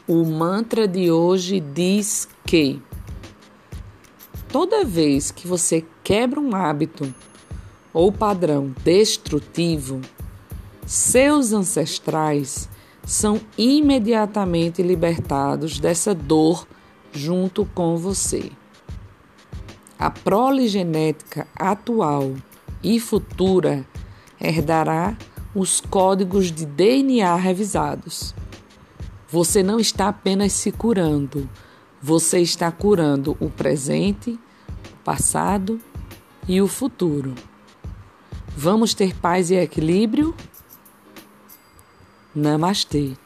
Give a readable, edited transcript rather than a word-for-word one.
O mantra de hoje diz que toda vez que você quebra um hábito ou padrão destrutivo, seus ancestrais são imediatamente libertados dessa dor junto com você. A prole genética atual e futura herdará os códigos de DNA revisados. Você não está apenas se curando, você está curando o presente, o passado e o futuro. Vamos ter paz e equilíbrio? Namastê.